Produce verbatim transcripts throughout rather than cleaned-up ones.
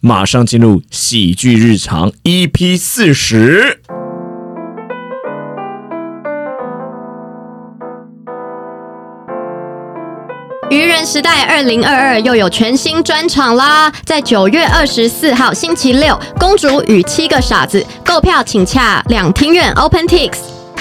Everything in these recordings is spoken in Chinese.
马上进入喜剧日常 E P 四十。 愚人时代二零二二又有全新专场啦！在九月二十四号星期六，公主与七个傻子，购票请洽两厅院 OpenTix。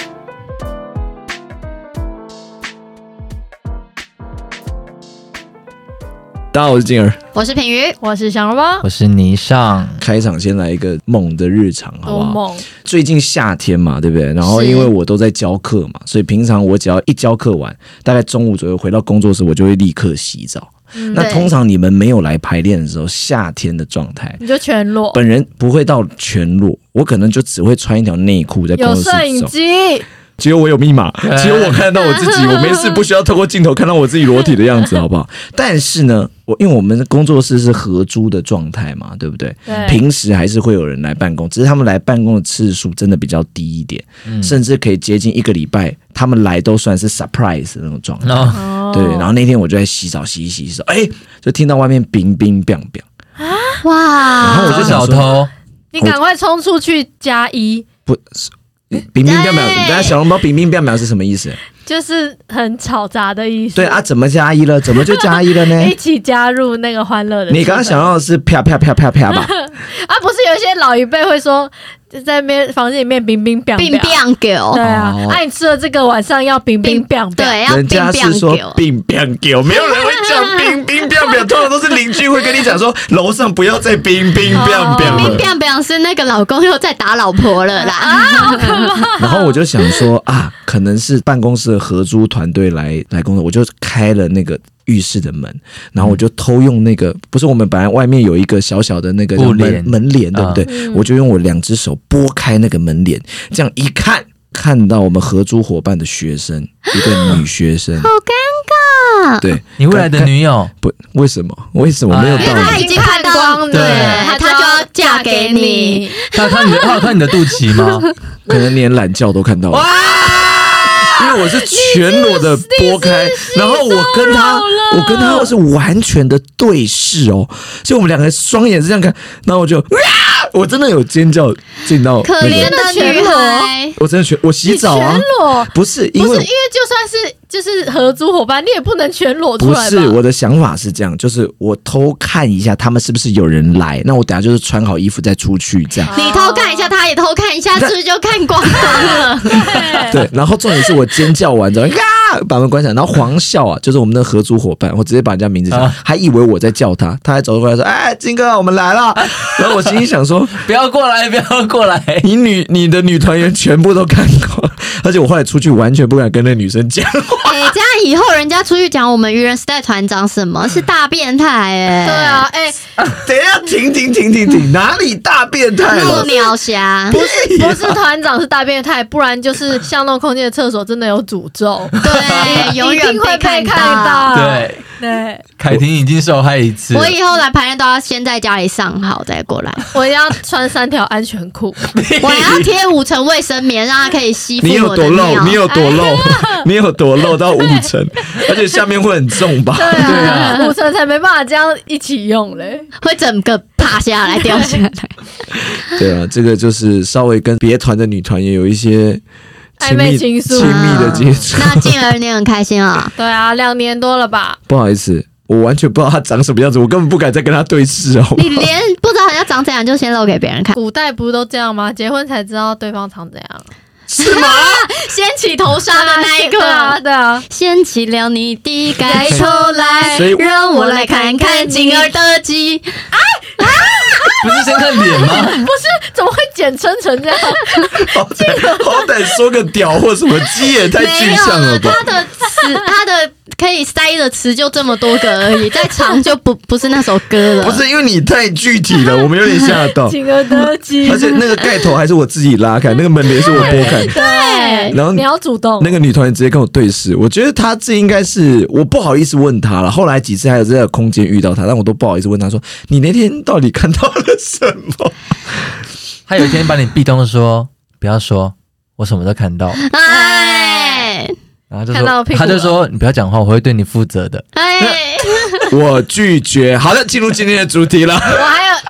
大家好，我是静儿， 我是品瑜， 我是小萝卜， 我是倪尚。 开场先来一个猛的日常，好不好？ 猛！ 最近夏天嘛，对不对？然后因为我都在教课嘛，所以平常我只要一教课完，大概中午左右回到工作室，我就会立刻洗澡。嗯、那通常你们没有来排练的时候，夏天的状态， 你就全裸。 本人不会到全裸，我可能就只会穿一条内裤在工作室走。 有摄影机。 只有我有密码，只有我看得到我自己，我没事不需要透过镜头看到我自己裸体的样子，好不好？但是呢，我因为我们的工作室是合租的状态嘛，对不对？ 对。 平时还是会有人来办公，只是他们来办公的次数真的比较低一点，嗯、甚至可以接近一个礼拜，他们来都算是 surprise 的那种状态。哦、对，然后那天我就在洗澡，洗一洗，洗哎，就听到外面冰冰冰冰啊！哇！ 然后我就想说， 你赶快冲出去加一。 不。冰冰冰冰，大家小笼包冰冰冰冰是什么意思？ 就是很吵杂的意思。 对啊，怎么加一了？怎么就加一了呢？ 一起加入那个欢乐的。 你刚刚想到的是啪啪啪啪啪吧？ 啊，不是有一些老一辈会说，在那边房间里面冰冰冰冰冰狗。 对啊，那、哦啊、你吃了这个晚上要冰冰冰冰。 对，要冰冰狗。人家是说冰冰狗，没有人会讲冰冰冰冰，通常都是邻居会跟你讲说，楼上不要再冰冰冰冰。 冰冰冰冰是那个老公又在打老婆了啦。 啊，好可怕。 然后我就想说啊，可能是办公室的合租团队来来工作，我就开了那个浴室的门，然后我就偷用那个，不是我们本来外面有一个小小的那个门门帘，对不对？嗯、我就用我两只手拨开那个门帘，这样一看，看到我们合租伙伴的学生，一个女学生， 好尴尬。 对， 你未来的女友不？为什么？为什么没有到？ 因为他已经看光了，对，他就要嫁给你。 他看你的，他有看你的肚脐吗？ 可能连懒觉都看到了。因为我是全裸的拨开，然后我跟他，我跟他是完全的对视哦，所以我们两个双眼是这样看，然后我就，啊、我真的有尖叫进到、那個， 可怜的女孩， 我真的全，我洗澡啊， 全裸， 不是因为， 不是因为就算是就是合租伙伴，你也不能全裸出来吧？ 不是，我的想法是这样，就是我偷看一下他们是不是有人来，那我等下就是穿好衣服再出去这样。 你偷看一下，他也偷看一下，是不是就看光光了？ 对，然后重点是我尖叫完之后，啊，把门关上，然后黄笑啊，就是我们的合租伙伴，我直接把人家名字讲，啊、还以为我在叫他，他还走过来说：“哎，金哥，我们来了。”然后我心里想说：“ 不要过来，不要过来！ 你女你的女团员全部都看过，而且我后来出去完全不敢跟那女生讲话。” 哎、欸，这样以后人家出去讲我们愚人时代团长什么是大变态哎、欸？ 对啊，哎、 欸，等一下，停停停停停，哪里大变态了？ 鸟侠不是不是团长是大变态，不然就是巷弄空间的厕所真的有诅咒， 对，永远会被看到。 对对， 凯婷已经受害一次。 我以后来排练都要先在家里上好再过来。 我要穿三条安全裤， 我要贴五层卫生棉，让它可以吸附我的尿。你有多漏？你有多漏？哎、你有多漏到五层？而且下面会很重吧？ 对啊，对啊五层才没办法这样一起用嘞， 会整个趴下来掉下来。 对啊，这个就是稍微跟别团的女团也有一些。 暧昧情愫， 亲密的接触。 那静儿你很开心啊？ 对啊，两年多了吧？ 不好意思，我完全不知道他长什么样子，我根本不敢再跟他对视哦。 你连不知道人家长怎样就先露给别人看？ 古代不是都这样吗？结婚才知道对方长怎样。 是吗？ 掀起头纱的那一刻啊，对啊， 掀起了你的盖头来，让我来看看静儿的鸡。啊啊！不是先看脸吗？ 不是，怎么会简称成这样？ 好歹好歹说个屌或什么鸡也太具象了吧？ 他的词，他的可以塞的词就这么多个而已，再长就不不是那首歌了。 不是因为你太具体了，我们有点吓到。 静儿的鸡， 而且那个盖头还是我自己拉开，那个门帘是我拨开。 对， 然后你要主动。 那个女团员直接跟我对视，我觉得她这应该是我不好意思问她了。后来几次还有在空间遇到她，但我都不好意思问她说：“你那天到底看到了什么？” 他有一天把你壁咚说：“不要说，我什么都看到。” 哎， 然后就说，他就说：“你不要讲话，我会对你负责的。” 哎， 我拒绝。好的，进入今天的主题了。 我还有，我还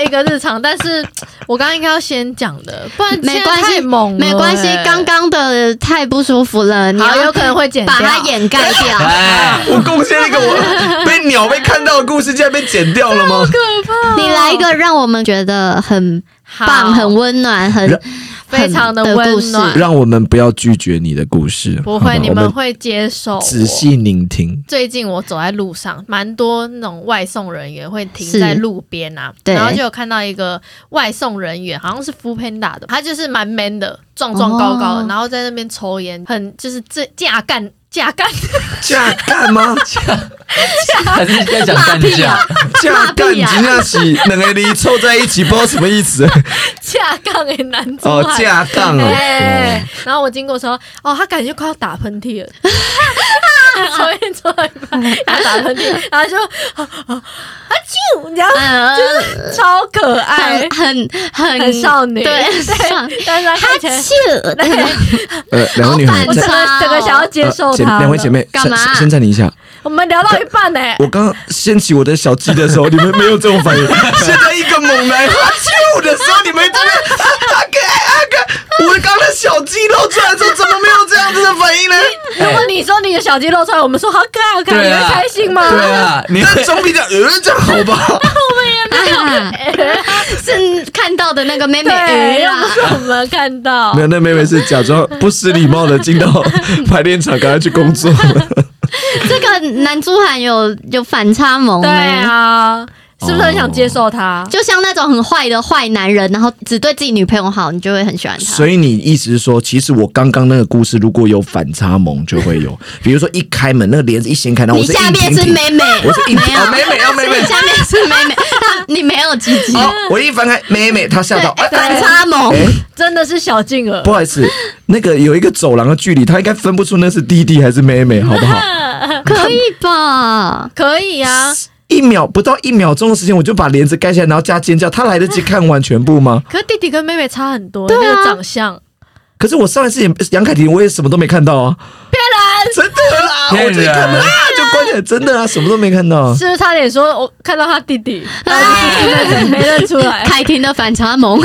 个日常，但是我刚刚应该要先讲的，不然没关系太猛了、 没关系，刚刚的太不舒服了，你好要有可能会剪掉把它掩盖掉。 哎， 我贡献一个我被鸟被看到的故事，竟然被剪掉了吗？ 你来一个让我们觉得很棒、 好很温暖、很非常的很温故事暖。 让我们不要拒绝你的故事， 不会， 好吧我们你们会接受我。 仔细聆听。 最近我走在路上，蛮多那种外送人员会停是在路边啊， 对然后就有看到一个外送人员，好像是 Foodpanda 的，他就是蛮 man 的，壮壮高高的， 哦然后在那边抽烟，很就是这架干架干架干吗？ 还是在讲干架？ 架干今天是两个梨凑在一起，不知道什么意思。 架杠的男子哦，架杠哦。 哎哦然后我经过的时候，哦，他感觉快要打喷嚏了，抽烟抽到一半，他打喷嚏，然后就啊啊啊啾，然后呃就是超可爱很，很很很少女， 对， 对，但是他哈看起来。 啾， 呃，两个女孩我整在个整个想要接受呃姐他了， 两位姐妹， 干嘛先先暂停一下。 我们聊到一半呢、 我刚刚掀起我的小鸡的时候，你们没有这种反应。现在一个猛男哈啾的时候，你们真的啊个啊个，我刚刚的小鸡露出来的时候，怎么没有这样子的反应呢？ 如果你说你的小肌露出来，我们说好可爱好可爱，你对啊会开心吗？ 对啊，你那总比这样，呃，这样好吧？ 啊是看到的那个妹妹对， 鱼啦又不。是我们看到没。有，那妹妹是假装不失礼貌的进到排练场，赶快去工作。 这个男猪涵有有反差萌、欸， 对啊，是不是很想接受他？ 就像那种很坏的坏男人，然后只对自己女朋友好，你就会很喜欢他。 所以你意思是说，其实我刚刚那个故事如果有反差萌，就会有，比如说一开门那个帘子一掀开，然后我是你下面是妹妹， 我是硬没有哦妹妹要妹妹是下面是妹妹，她你没有鸡鸡， 哦，我一翻开妹妹，她吓到，哎反差萌。 哎， 真的是小静儿不，好意思，那个有一个走廊的距离，她应该分不出那是弟弟还是妹妹，好不好？ 可以吧？ 可以啊。 一秒不到一秒钟的时间，我就把帘子盖起来，然后加尖叫，她来得及看完全部吗？ 可是弟弟跟妹妹差很多， 对啊那个长相。 可是我上一次演杨凯婷，我也什么都没看到啊！骗人，真的啦！ 骗人我就一开门啊，就关起来，真的啊，什么都没看到。 是不是差点说我看到他弟弟，然后就是没认出来？ 凯婷的反差萌，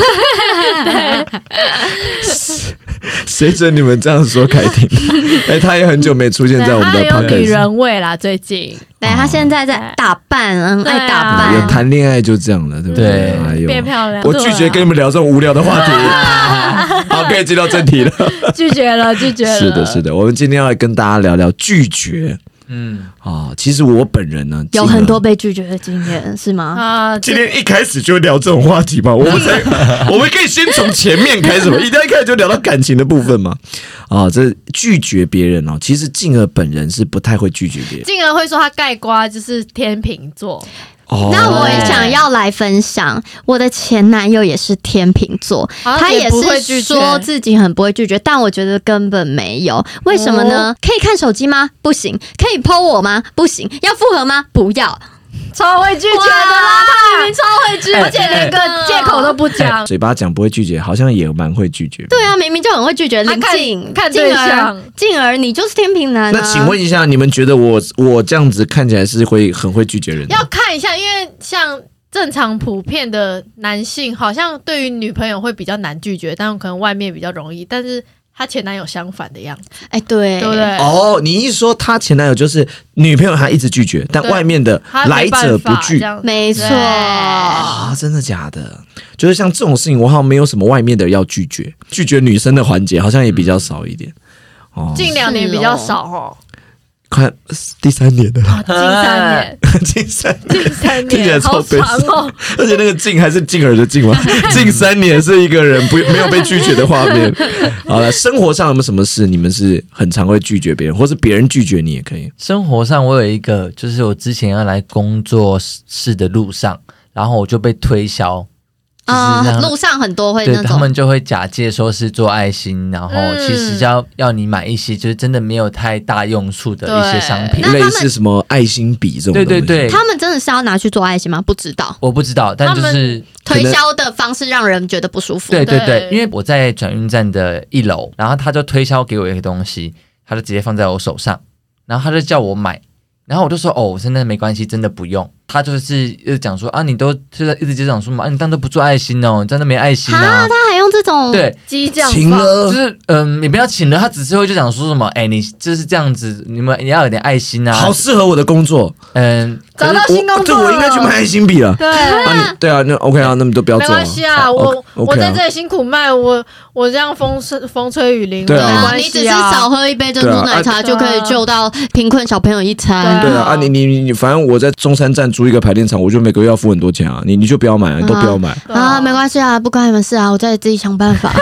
谁准你们这样说凯婷？哎，她也很久没出现在我们的他有女 podcast。 人味啦，最近对他现在在打扮，很爱打对啊扮。 有谈恋爱就这样了，对不对？ 对哎呦变漂亮。 我拒绝跟你们聊这种无聊的话题。好，可以进到正题了。 拒绝了，拒绝了。 是的，是的，我们今天要来跟大家聊聊拒绝嗯， 啊。其实我本人呢， 有很多被拒绝的经验，是吗？ 啊， 今天一开始就聊这种话题嘛，我们才我们可以先从前面开始嘛，一旦一开始就聊到感情的部分嘛。啊，这拒绝别人哦，其实静儿本人是不太会拒绝别人。 静儿会说她盖瓜就是天秤座， 哦那我也想要来分享，我的前男友也是天秤座， 好像他也不会拒绝是说自己很不会拒绝，但我觉得根本没有。为什么呢？可以看手机吗？不行。可以 po 我吗？不行。要复合吗？不要。 超会拒绝的啦，他明明超会拒绝， 哎而且连个借口都不讲。 嘴巴讲不会拒绝，好像也蛮会拒绝。 对啊，明明就很会拒绝。林他看静， 看静儿对象， 静儿，你就是天秤男啊。 那请问一下，你们觉得我我这样子看起来是会很会拒绝人的？ 要看一下，因为像正常普遍的男性，好像对于女朋友会比较难拒绝，但可能外面比较容易。但是她前男友相反的样子， 哎，对， 对不对？ 哦，你一说她前男友就是女朋友，她一直拒绝，但对外面的他来没办者不拒法这样没错。 对啊，真的假的？就是像这种事情，我好像没有什么外面的要拒绝，拒绝女生的环节好像也比较少一点。哦， 近两年比较少哦， 快第三年的了， 啊，近三年， 近三近三听起来年，好超悲长哦。 而且那个静还是静儿的静吗？近三年是一个人不没有被拒绝的画面。好了，生活上有没有什么事你们是很常会拒绝别人，或是别人拒绝你也可以？ 生活上我有一个，就是我之前要来工作室的路上，然后我就被推销，就是啊、 那样路上很多会那种， 对他们就会假借说是做爱心，然后其实要、嗯、要你买一些就是真的没有太大用处的一些商品， 类似什么爱心笔这种东西。 对对对， 他们真的是要拿去做爱心吗？不知道， 我不知道，但就是推销的方式让人觉得不舒服。 对对对， 对因为我在转运站的一楼，然后他就推销给我一个东西，他就直接放在我手上，然后他就叫我买，然后我就说哦，真的没关系，真的不用。 他就是讲说啊，你都是在一直就讲说嘛，啊、你当都不做爱心哦，你真的没爱心啊。 他还用这种对激将请了， 就是嗯，你不要请了，他只是会就讲说什么，哎，你就是这样子，你们你要有点爱心啊。 好适合我的工作， 嗯， 找到新工作了， 对，我应该去卖爱心笔了。 对啊，你对啊，那 OK 啊，那么都不要做、啊， 没关系啊，我、 哦 OK 啊、 我在这里辛苦卖，我我这样风风吹雨淋， 对啊， 没关系啊， 你只是少喝一杯珍珠奶茶、啊、就可以救到贫困小朋友一餐。 对啊，啊你你你，反正我在中山站租一个排练场，我就每个月要付很多钱啊，你你就不要买、啊，你都不要买啊, 啊，没关系啊，不关你们事啊，我再自己想办法。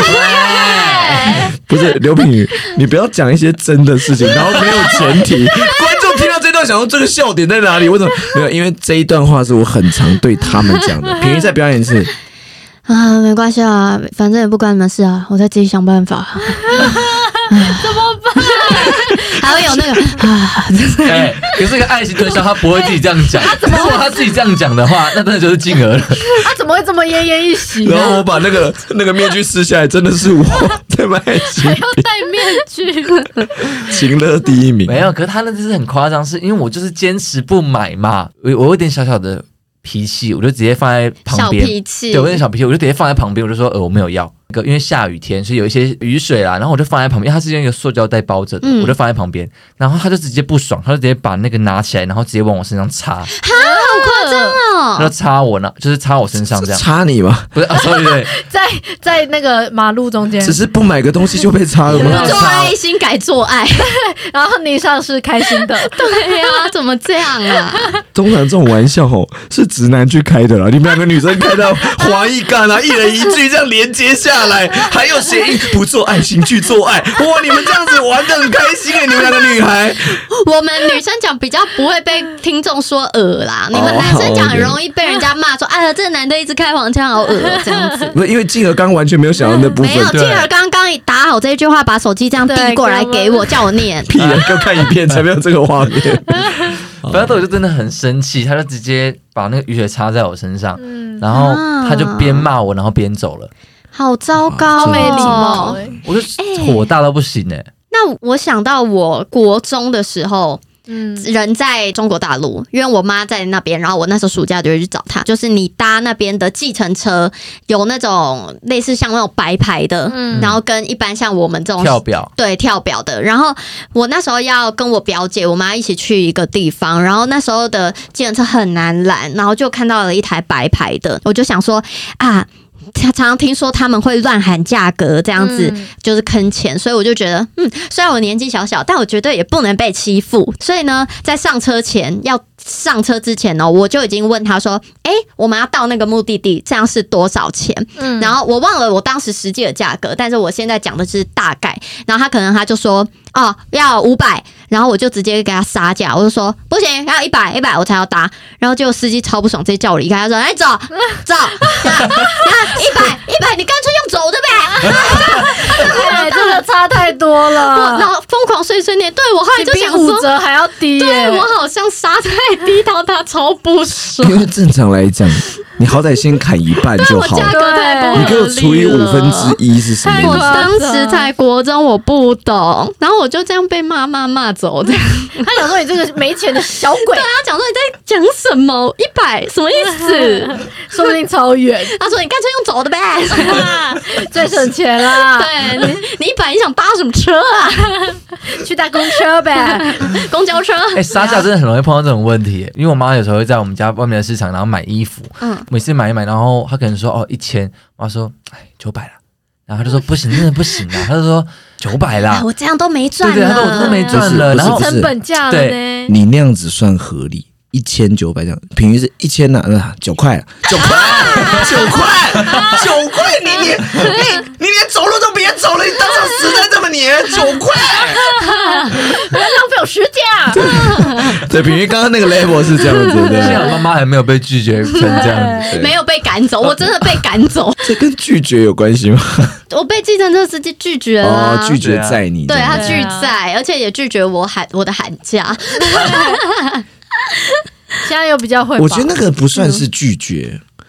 不是刘品瑜，你不要讲一些真的事情，然后没有前提，观众听到这段想说这个笑点在哪里？为什么没有？因为这一段话是我很常对他们讲的。品瑜再表演一次啊，没关系啊，反正也不关你们事啊，我再自己想办法。 怎么办？ 还会有那个啊， 哎，可是这个爱心推销他不会自己这样讲，如果他自己这样讲的话，那真的就是静儿了。 他怎么会这么奄奄一息呢？ 然后我把那个那个面具撕下来，真的是我在卖爱心， 还要戴面具， 情乐第一名。 没有，可是他那只是很夸张，是因为我就是坚持不买嘛，我我有点小小的脾气，我就直接放在旁边。 小脾气， 对，我有点小脾气，我就直接放在旁边，我就说呃我没有要。因为下雨天，所以有一些雨水啦，然后我就放在旁边，它是用一个塑胶袋包着的，嗯、我就放在旁边，然后他就直接不爽，他就直接把那个拿起来，然后直接往我身上擦， 哈，好夸张哦！ 他就擦我呢，就是擦我身上这样， 擦你吗？ 不是啊，所以对， 在在那个马路中间， 只是不买个东西就被擦了吗？ 做爱心改做爱， 然后你上是开心的， 对呀、啊，怎么这样啊？ 通常这种玩笑吼是直男去开的啦，你们两个女生开到华裔干啊，一人一句这样连接下来，还有谐音不做爱心去做爱，哇！你们这样子玩得很开心哎，你们两个女孩。 我们女生讲比较不会被听众说恶啦，你们男生讲很容易被人家骂说，哎呀，这个男的一直开黄腔好恶这样子。 不是因为静儿刚完全没有想到那部分， 没有，静儿刚刚打好这一句话，把手机这样递过来给我，叫我念。 屁人要看影片才没有这个画面。 反正我就真的很生气，他就直接把那个雨水擦在我身上，嗯、然后他就边骂我，然后边走了。 好糟糕、哦， 没礼貌、欸， 我就火大到不行哎、欸。 那我想到我国中的时候，嗯，人在中国大陆，因为我妈在那边，然后我那时候暑假就会去找她。就是你搭那边的计程车，有那种类似像那种白牌的，嗯，然后跟一般像我们这种跳表， 对跳表的。然后我那时候要跟我表姐、我妈一起去一个地方，然后那时候的计程车很难拦，然后就看到了一台白牌的，我就想说啊。常常听说他们会乱喊价格，这样子就是坑钱，所以我就觉得，嗯，虽然我年纪小小，但我绝对也不能被欺负。所以呢，在上车前要上车之前呢，我就已经问他说：“哎、欸，我们要到那个目的地，这样是多少钱？”嗯，然后我忘了我当时实际的价格，但是我现在讲的是大概。然后他可能他就说：“哦，要五百。”然后我就直接给他杀价，我就说：“不行，要一百，一百我才要搭。”然后结果司机超不爽，直接叫我离开，他说：“哎，走走。”一百一百，你干脆用走的呗！ 哎，这个差太多了。 然后疯狂碎碎念，对我后来就想说， 比五折还要低耶。 对我好像杀太低到他超不爽。 因为正常来讲，你好歹先砍一半就好。 对，我价格太不合理了。 你给我除以五分之一是什么意思？ 我当时才国中，我不懂，然后我就这样被骂骂骂走。这样， 他想说你这个没钱的小鬼。 对啊，讲说你在讲什么？一百什么意思？ 说不定超远。 他说你干脆用走的呗。 最省钱啦！ 对你，你一百你想搭什么车啊？ 去搭公车呗， 公交车。 哎、欸，杀价真的很容易碰到这种问题，因为我妈有时候会在我们家外面的市场，然后买衣服，嗯，每次买一买，然后她可能说哦一千，我妈说哎九百了，然后她就说不行，真的不行啊，她就说九百啦、 哎，我这样都没赚了， 对对，她说我都没赚了，然后成本价了呢， 你那样子算合理。一千九百这样，平均是一千呐，九块，九块，九块，九块，你你你你连走路都别走了，你当场死在这么黏，九块， 不要浪费我时间啊！ 对，平均刚刚那个 level 是这样子的， 幸好妈妈还没有被拒绝成这样子， 没有被赶走，我真的被赶走。 这跟拒绝有关系吗？ 我被计程车司机拒绝了、啊哦，拒绝载你， 对他拒载，而且也拒绝我喊我的喊价。 现在又比较会， 我觉得那个不算是拒绝，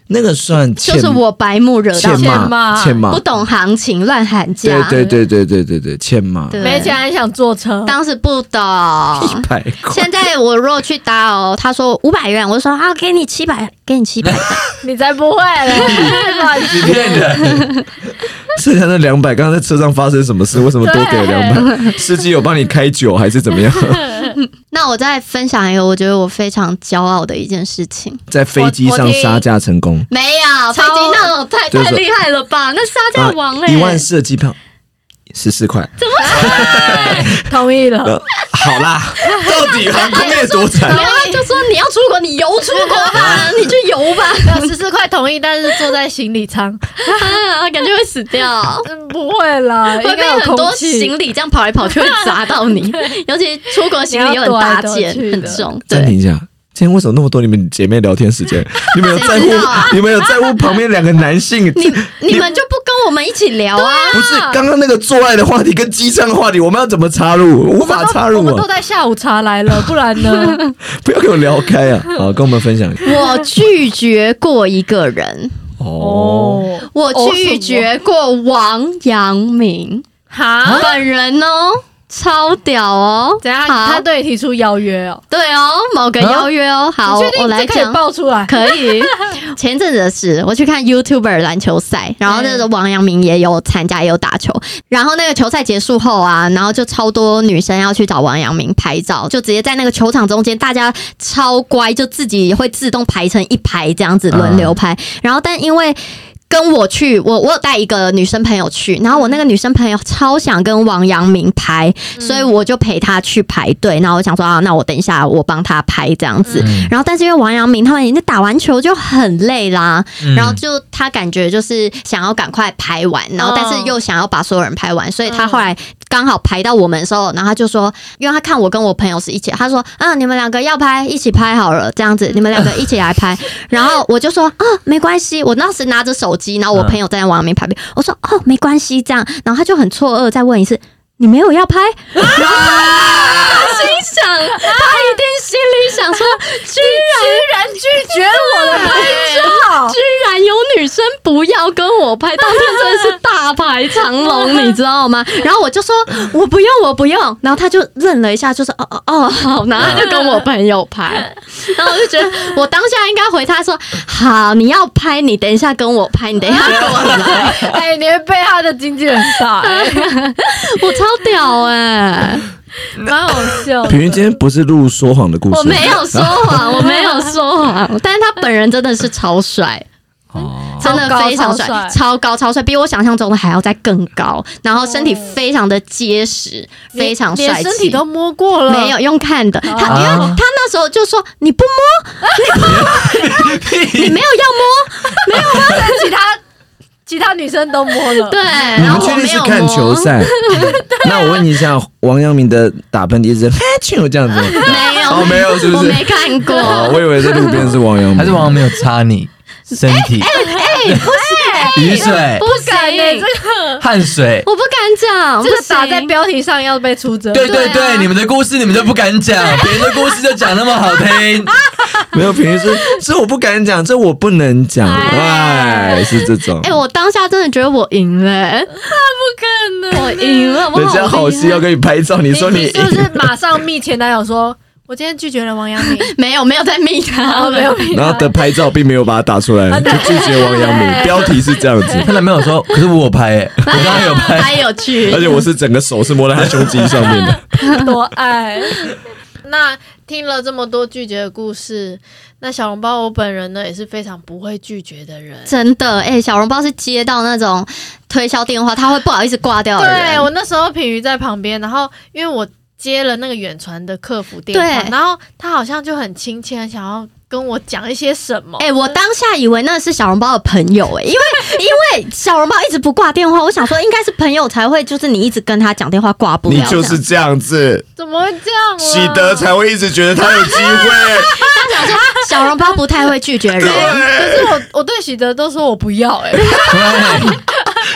那个算欠， 就是我白目惹到欠骂， 欠骂， 不懂行情乱喊价。 对对对对对对对，欠骂。 没钱还想坐车， 当时不懂。 一百块。 现在我如果去搭哦，他说五百元，我就说啊，给你七百，给你七百。 你才不会嘞， 你骗人。 剩下那两百，刚刚在车上发生什么事？为什么多给了两百？司机有帮你开酒还是怎么样？ 那我再分享一个，我觉得我非常骄傲的一件事情， 在飞机上杀价成功。 没有，飞机那种太太厉害了吧？那杀价王哎， 一万四的机票。十四块， 怎么同意了？ 呃、好啦，到底航空业多惨？ 然后他就说你要出国，你游出国吧，你去游吧。 十四块同意，但是坐在行李舱， 感觉会死掉。 嗯，不会啦， 会被很多行李这样跑来跑去会砸到你，尤其出国行李又很大件很重。 暂停一下。今天为什么那么多你们姐妹聊天时间？你们有在乎？啊、你们有在乎旁边两个男性？ 你你们就不跟我们一起聊啊？ 不是，刚刚那个做爱的话题跟机上的话题，我们要怎么插入？无法插入啊！ 我们都在下午茶来了，不然呢？ 不要给我聊开啊！好，跟我们分享。 我拒绝过一个人哦， 我拒绝过王阳明哈本人哦。超屌哦！ 怎样？他对你提出邀约哦？ 对哦，某个邀约哦。好，我来讲， 爆出来可以。前阵子的事，我去看 YouTuber 篮球赛，然后那个王阳明也有参加，也有打球。然后那个球赛结束后啊，然后就超多女生要去找王阳明拍照，就直接在那个球场中间，大家超乖，就自己会自动排成一排这样子轮流拍。然后，但因为跟我去，我我有带一个女生朋友去，然后我那个女生朋友超想跟王阳明拍，嗯、所以我就陪她去排队。然后我想说啊，那我等一下我帮她拍这样子。嗯、然后但是因为王阳明他们已经打完球就很累啦，嗯、然后就他感觉就是想要赶快拍完，然后但是又想要把所有人拍完，所以他后来刚好排到我们的时候，然后他就说，因为他看我跟我朋友是一起，他说啊，你们两个要拍一起拍好了，这样子你们两个一起来拍。然后我就说啊，没关系，我当时拿着手机，然后我朋友在王阳明拍片，我说哦，没关系，这样，然后他就很错愕，再问一次，你没有要拍？然后他心想，他一定心里想说，居然居然拒绝我的拍照， 居然有女生不要跟我拍，当天真的是大排长龙，你知道吗？然后我就说我不用，我不用，然后他就愣了一下，就说哦哦哦好，然后他就跟我朋友拍，然后我就觉得我当下应该回他说好，你要拍，你等一下跟我拍，你等一下跟我来， 哎，你会被他的经纪人打、欸， 我超屌哎、欸。 蛮好笑的。 品瑜今天不是录说谎的故事， 我没有说谎，我没有说谎，但是他本人真的是超帅。哦，真的非常帅，超高超帅，比我想象中的还要再更高，然后身体非常的结实，哦、非常帅气， 连身体都摸过了， 没有用看的，他、啊、因为他那时候就说你不摸，你不摸，你没有要摸，没有吗？ 其他。其他女生都摸了， 对， 你们确定是看球赛？那我问你一下，王阳明的打喷嚏是就这样子？ 没有， 哦，没有，是不是？ 我没看过。 哦，我以为在路边是王阳明， 还是王阳明有擦你身体？ 哎哎，不是雨水， 不敢哎，这个汗水， 我不敢讲， 这个打在标题上要被出征。 对对对，你们的故事你们就不敢讲，别人的故事就讲那么好听。 没有，平时是这我不敢讲，这我不能讲，哎，是这种。 哎，我当下真的觉得我赢了，那不可能，我赢了， 人家好心要跟你拍照，你说你是不是马上密前男友说？我今天拒绝了王阳明， 没有没有在密他， 没有密他， 然后的拍照并没有把它打出来，就拒绝王阳明。标题是这样子， 她男朋友说：“可是我有拍，哎，我刚刚有拍， 他有去， 而且我是整个手是摸在他胸肌上面的， 多爱。”那听了这么多拒绝的故事，那小笼包我本人呢也是非常不会拒绝的人， 真的。哎、欸，小笼包是接到那种推销电话，他会不好意思挂掉的人。 对，我那时候品瑜在旁边，然后因为我接了那个远传的客服电话，然后他好像就很亲切，很想要跟我讲一些什么。 哎、欸，我当下以为那是小笼包的朋友、欸，哎，因为因为小笼包一直不挂电话，我想说应该是朋友才会，就是你一直跟他讲电话挂不了。 你就是这样子， 怎么会这样、啊？ 喜德才会一直觉得他有机会。 他想说小笼包不太会拒绝人，可是我我对喜德都说我不要、欸，哎。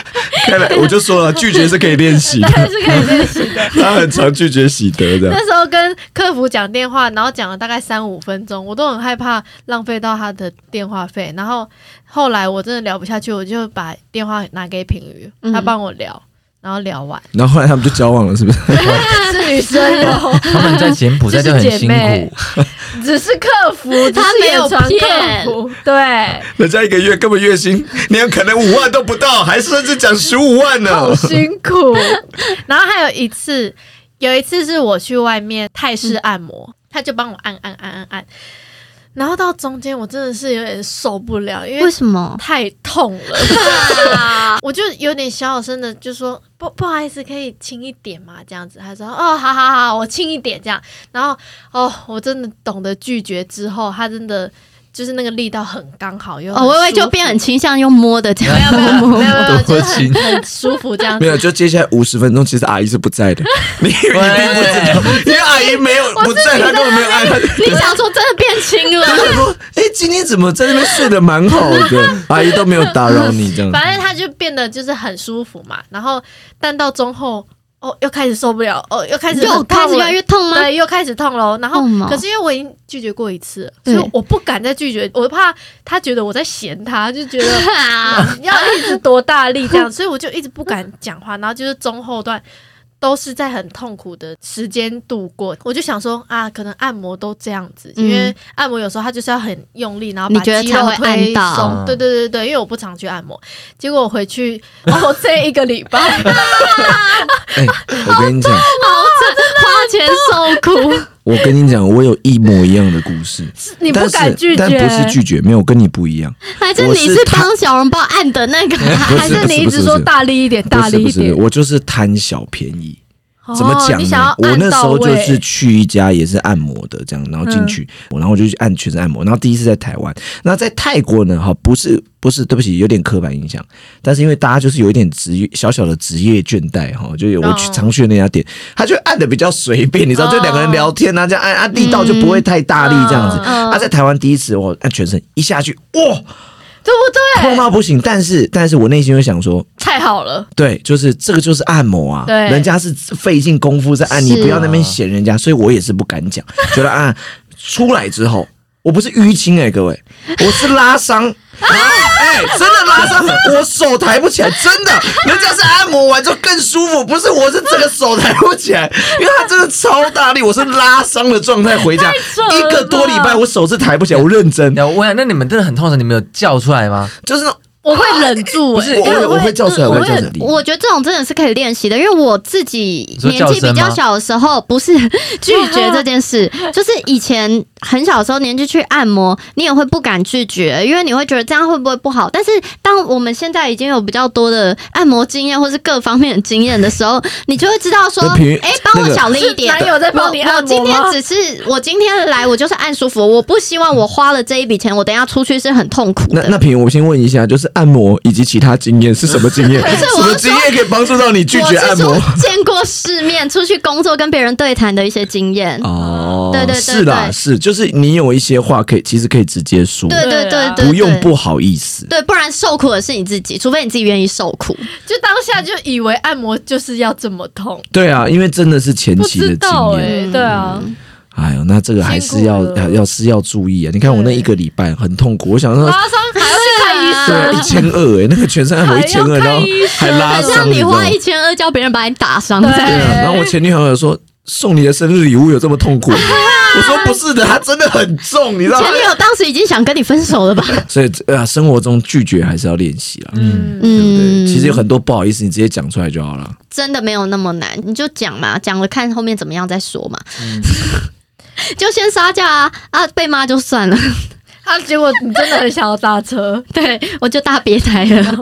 看来我就说了，拒绝是可以练习的， 对，是可以练习的。 他很常拒绝喜得的。 那时候跟客服讲电话，然后讲了大概三五分钟，我都很害怕浪费到他的电话费。然后后来我真的聊不下去，我就把电话拿给品瑜，他帮我聊。然后聊完， 然后后来他们就交往了，是不是？ 是女生哟， 他们在柬埔寨就很辛苦， 只是客服， 他没有骗，对， 人家一个月根本月薪，你有可能五万都不到，还甚至讲十五万呢， 好辛苦。然后还有一次，有一次是我去外面泰式按摩，嗯、他就帮我按按按按按。然后到中间我真的是有点受不了，因为为什么太痛了，我就有点小小声的就说不不好意思，可以轻一点嘛这样子。他说哦好好好，我轻一点这样。然后哦我真的懂得拒绝之后，他真的就是那个力道很刚好，又哦微微就变很倾向用摸的这样， 没有没有没有没有，就是很很舒服这样子。 没有，就接下来五十分钟，其实阿姨是不在的，你你并不知道，因为阿姨没有不在，她根本没有按。 你想说真的变轻了？ 他想说，哎、欸，今天怎么在那边睡得蛮好的？阿姨都没有打扰你这样。 反正他就变得就是很舒服嘛，然后但到中后。哦，又开始受不了，哦，又开始又开始越来越痛吗？ 对，又开始痛了。然后，可是因为我已经拒绝过一次了，所以我不敢再拒绝，我怕他觉得我在嫌他，就觉得要一直多大力这样，所以我就一直不敢讲话。然后就是中后段都是在很痛苦的时间度过。我就想说啊，可能按摩都这样子，因为按摩有时候它就是要很用力，然后把肌肉推松。对对对对，因为我不常去按摩，结果我回去哦，这一个礼拜。 哎、欸，我跟你讲， 花钱受苦。 我跟你讲，我有一模一样的故事。 你不敢拒绝， 但不是拒绝，没有跟你不一样。 还是你是帮小笼包按的那个？ 还是你一直说大力一点，大力一点？ 我就是贪小便宜。怎么讲呢？ 哦、 我那时候就是去一家也是按摩的，这样，然后进去，嗯、然后我就去按全身按摩。然后第一次在台湾，那在泰国呢，哈，不是不是，对不起，有点刻板印象。但是因为大家就是有一点职业小小的职业倦怠哈，就有我去常去的那家店，他就按的比较随便，你知道，就两个人聊天啊，这样按按力道就不会太大力这样子。他、啊、在台湾第一次我按全身一下去，哇！ 对不对？ 痛到不行，但是但是我内心会想说， 太好了， 对，就是这个就是按摩啊， 对， 人家是费尽功夫在按，你不要那边嫌人家，所以我也是不敢讲，觉得啊，出来之后，我不是淤青哎、欸，各位，我是拉伤。哎、欸，真的拉伤，我手抬不起来，真的，人家是按摩完之后更舒服，不是，我是这个手抬不起来，因为他真的超大力，我是拉伤的状态回家，一个多礼拜我手是抬不起来，我认真。 我想，那你们真的很痛的，你们有叫出来吗？ 就是那种。 我会忍住、欸， 不是，我会我会叫出来，我会叫出来。 我觉得这种真的是可以练习的，因为我自己年纪比较小的时候，不是拒绝这件事，就是以前很小的时候年纪去按摩，你也会不敢拒绝，因为你会觉得这样会不会不好。但是当我们现在已经有比较多的按摩经验，或是各方面的经验的时候，你就会知道说，哎，帮我小力一点。 男友在帮你按摩吗？ 我今天只是我今天来，我就是按舒服，我不希望我花了这一笔钱，我等一下出去是很痛苦的。 那那平，我先问一下，就是按摩以及其他经验是什么经验？什么经验可以帮助到你拒绝按摩？ 见过世面，出去工作跟别人对谈的一些经验。 哦， 对对 对, 对， 是啦，是，就是你有一些话可以，其实可以直接说， 对对 对, 对, 对， 不用不好意思。 对，不然受苦的是你自己，除非你自己愿意受苦。 就当下就以为按摩就是要这么痛。 对啊，因为真的是前期的经验。 欸、对啊。 哎呦，那这个还是要要是要注意啊！你看我那一个礼拜很痛苦，我想说拉伤还要去看医生， 对，一千二哎，那个全身按摩一千二，然后还拉伤， 像你花一千二叫别人把你打伤， 对啊。 然后我前女友有说送你的生日礼物有这么痛苦？我说不是的，它真的很重，你知道吗？ 前女友当时已经想跟你分手了吧？ 所以呃，生活中拒绝还是要练习啦，嗯，对不对？其实有很多不好意思，你直接讲出来就好了。 真的没有那么难，你就讲嘛，讲了看后面怎么样再说嘛。嗯就先杀价啊啊！被骂就算了， 啊，结果你真的很想要搭车， 对我就搭别台了。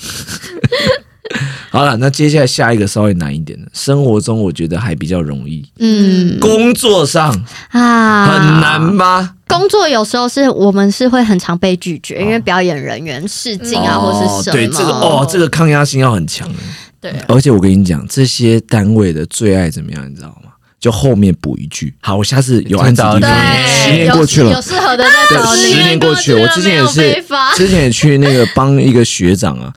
好了，那接下来下一个稍微难一点的，生活中我觉得还比较容易。 嗯， 工作上啊， 很难吗？ 工作有时候是我们是会很常被拒绝，哦、因为表演人员试镜啊，哦、或是什么。 对，这个哦，这个抗压性要很强。 对， 而且我跟你讲，这些单位的最爱怎么样，你知道吗？就后面补一句，好，我下次有案子地方，十年过去了， 有适合的再找你。 十年过去了，我之前也是，之前也去那个帮一个学长啊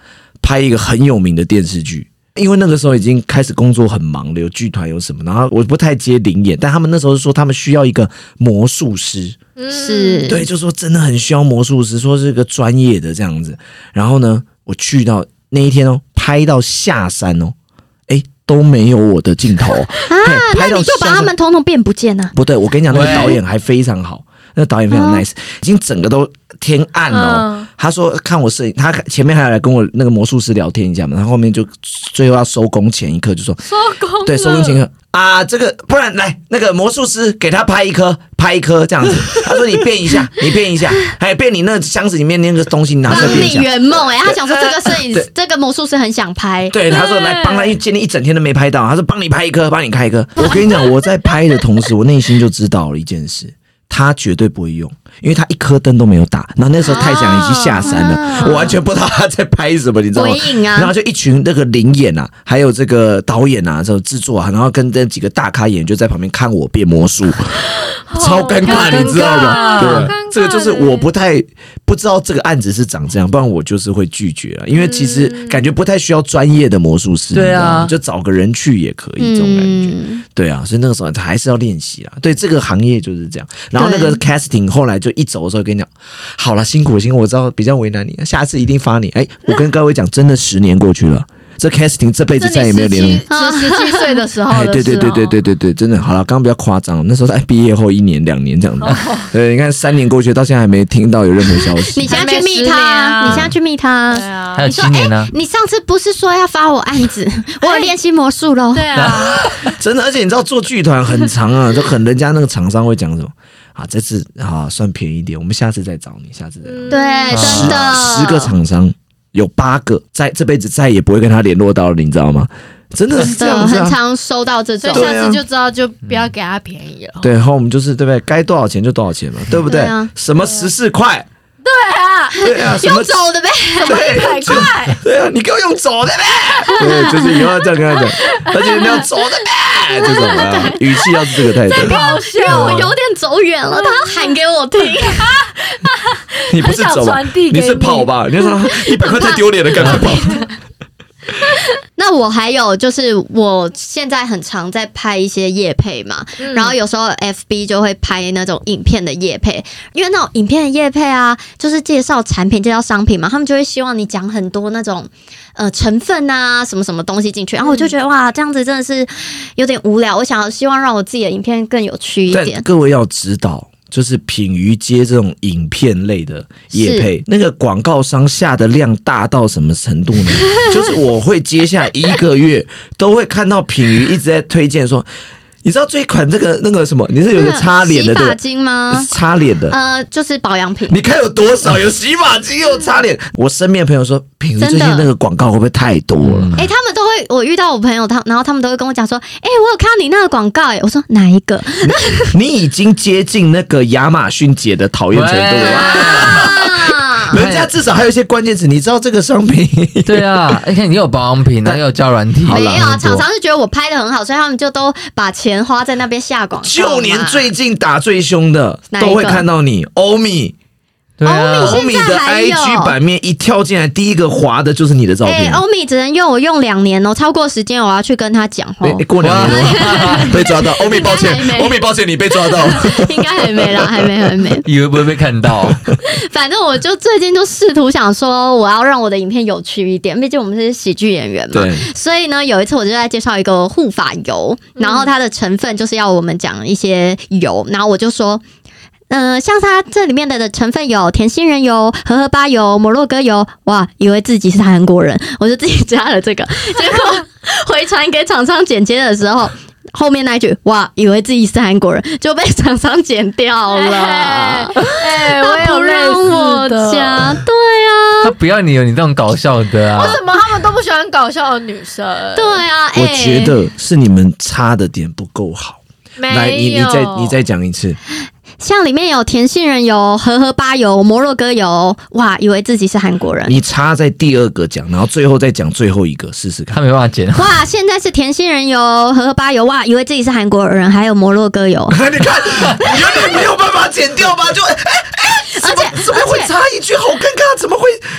拍一个很有名的电视剧。因为那个时候已经开始工作很忙了，有剧团有什么，然后我不太接灵演，但他们那时候说他们需要一个魔术师， 是， 对，就说真的很需要魔术师，说是个专业的这样子。然后呢，我去到那一天哦，拍到下山哦，哎都没有我的镜头啊， 那你就把他们统统变不见了。 不对，我跟你讲，那个导演还非常好。那个导演非常 nice，、哦、已经整个都天暗了、哦嗯。他说看我摄影，他前面还要来跟我那个魔术师聊天一下嘛，然后后面就最后要收工前一刻就说收工， 对，收工前一刻啊，这个不然来那个魔术师给他拍一颗，拍一颗这样子。他说你变一下，你变一下，还变你那箱子里面那个东西拿出来变一下。 帮你圆梦哎，他想说这个摄影这个魔术师很想拍， 对，他说来帮他，因为今天一整天都没拍到，他说帮你拍一颗，帮你开一颗。我跟你讲，我在拍的同时，我内心就知道了一件事。他绝对不会用，因为他一颗灯都没有打。然后那时候太阳已经下山了，啊、我完全不知道他在拍什么，你知道吗？ 啊、 然后就一群那个灵演啊，还有这个导演啊，这种制作啊，然后跟这几个大咖演员就在旁边看我变魔术，超尴尬，你知道吗？对，这个就是我不太不知道这个案子是长这样，不然我就是会拒绝了，因为其实感觉不太需要专业的魔术师，对啊，就找个人去也可以，这种感觉，嗯、对啊，所以那个时候还是要练习啦。对，这个行业就是这样，然后。然后那个 casting 后来就一走的时候跟你讲，好了，辛苦辛苦，我知道比较为难你，下次一定发你。哎，我跟各位讲，真的十年过去了，这 casting 这辈子再也没有联络。 是十七岁的时候的时候，哎， 对对对对对对对，真的好了，刚刚比较夸张，那时候在毕业后一年两年这样子。哦、对，你看三年过去，到现在还没听到有任何消息。 你现在去密他，啊、你现在去密他， 对啊， 还有七年呢、啊。 你上次不是说要发我案子，我有练习魔术喽。 对啊， 真的，而且你知道做剧团很长啊，就很人家那个厂商会讲什么？啊，这次啊算便宜一点，我们下次再找你，下次再找你。 对，真的， 十个厂商有八个在这辈子再也不会跟他联络到了，你知道吗？真的是这样子、啊， 很常收到这种， 所以下次就知道就不要给他便宜了。 对，然后我们就是对不对？该多少钱就多少钱嘛，对不对？对啊、什么十四块？ 对啊， 对啊， 用走的呗， 对， 一百块， 对啊，你给我用走的呗，对，就是以后要这样跟他讲，而且你要走的呗，这种啊，语气要是这个态度。 太搞笑， 我有点走远了，他要喊给我听。 你不是走吧？你是跑吧？你说一百块太丢脸了，赶快跑。 那我还有就是，我现在很常在拍一些业配嘛、嗯，然后有时候 F B 就会拍那种影片的业配，因为那种影片的业配啊，就是介绍产品、介绍商品嘛，他们就会希望你讲很多那种呃成分啊、什么什么东西进去，然后我就觉得哇，这样子真的是有点无聊。我想要希望让我自己的影片更有趣一点。 但各位要知道。就是品瑜接这种影片类的业配，那个广告商下的量大到什么程度呢？就是我会接下一个月都会看到品瑜一直在推荐说。你知道这一款这个那个什么？你是有个擦脸的洗发精吗？ 擦脸的， 呃，就是保养品。 你看有多少？有洗发精，有擦脸。我身边的朋友说，品瑜最近那个广告会不会太多了？ 哎、欸，他们都会，我遇到我朋友，他然后他们都会跟我讲说，哎、欸，我有看到你那个广告，哎，我说哪一个？ 你, 你已经接近那个亚马逊姐的讨厌程度了。人家至少还有一些关键词，你知道这个商品？ 对啊，你看你有保养品，然后又有胶软体， 没有啊？厂商是觉得我拍的很好，所以他们就都把钱花在那边下广告。 就连最近打最凶的，都会看到你欧米。 对啊， 欧米的 I G 版面一跳进来，第一个滑的就是你的照片。 欧米只能用我用两年哦，超过时间我要去跟他讲话。 欸欸、过两年被抓到，欧米抱歉，欧米抱歉，你被抓到， 应该还没啦，还没还没。 以为不会被看到。 反正我就最近就试图想说，我要让我的影片有趣一点，毕竟我们是喜剧演员嘛。对。所以呢，有一次我就在介绍一个护发油，然后它的成分就是要我们讲一些油，然后我就说。嗯、呃，像它这里面的成分有甜杏仁油、荷荷巴油、摩洛哥油，哇，以为自己是韩国人，我就自己加了这个，结果回传给厂商剪接的时候，后面那一句哇，以为自己是韩国人，就被厂商剪掉了。哎、 欸欸，我也有认我加，对啊， 他不要你有你这种搞笑的啊？ 为什么他们都不喜欢搞笑的女生？ 对啊，欸、 我觉得是你们差的点不够好。来，你你再你再讲一次。 像里面有甜杏仁油、荷荷巴油、摩洛哥油，哇，以为自己是韩国人。 你插在第二个讲，然后最后再讲最后一个，试试看。 他没办法剪。 哇，现在是甜杏仁油、荷荷巴油，哇，以为自己是韩国人，还有摩洛哥油。 你看，原来没有办法剪掉吧？就哎哎、欸，而且怎么会插一句？好尴尬，怎么会？ 而且重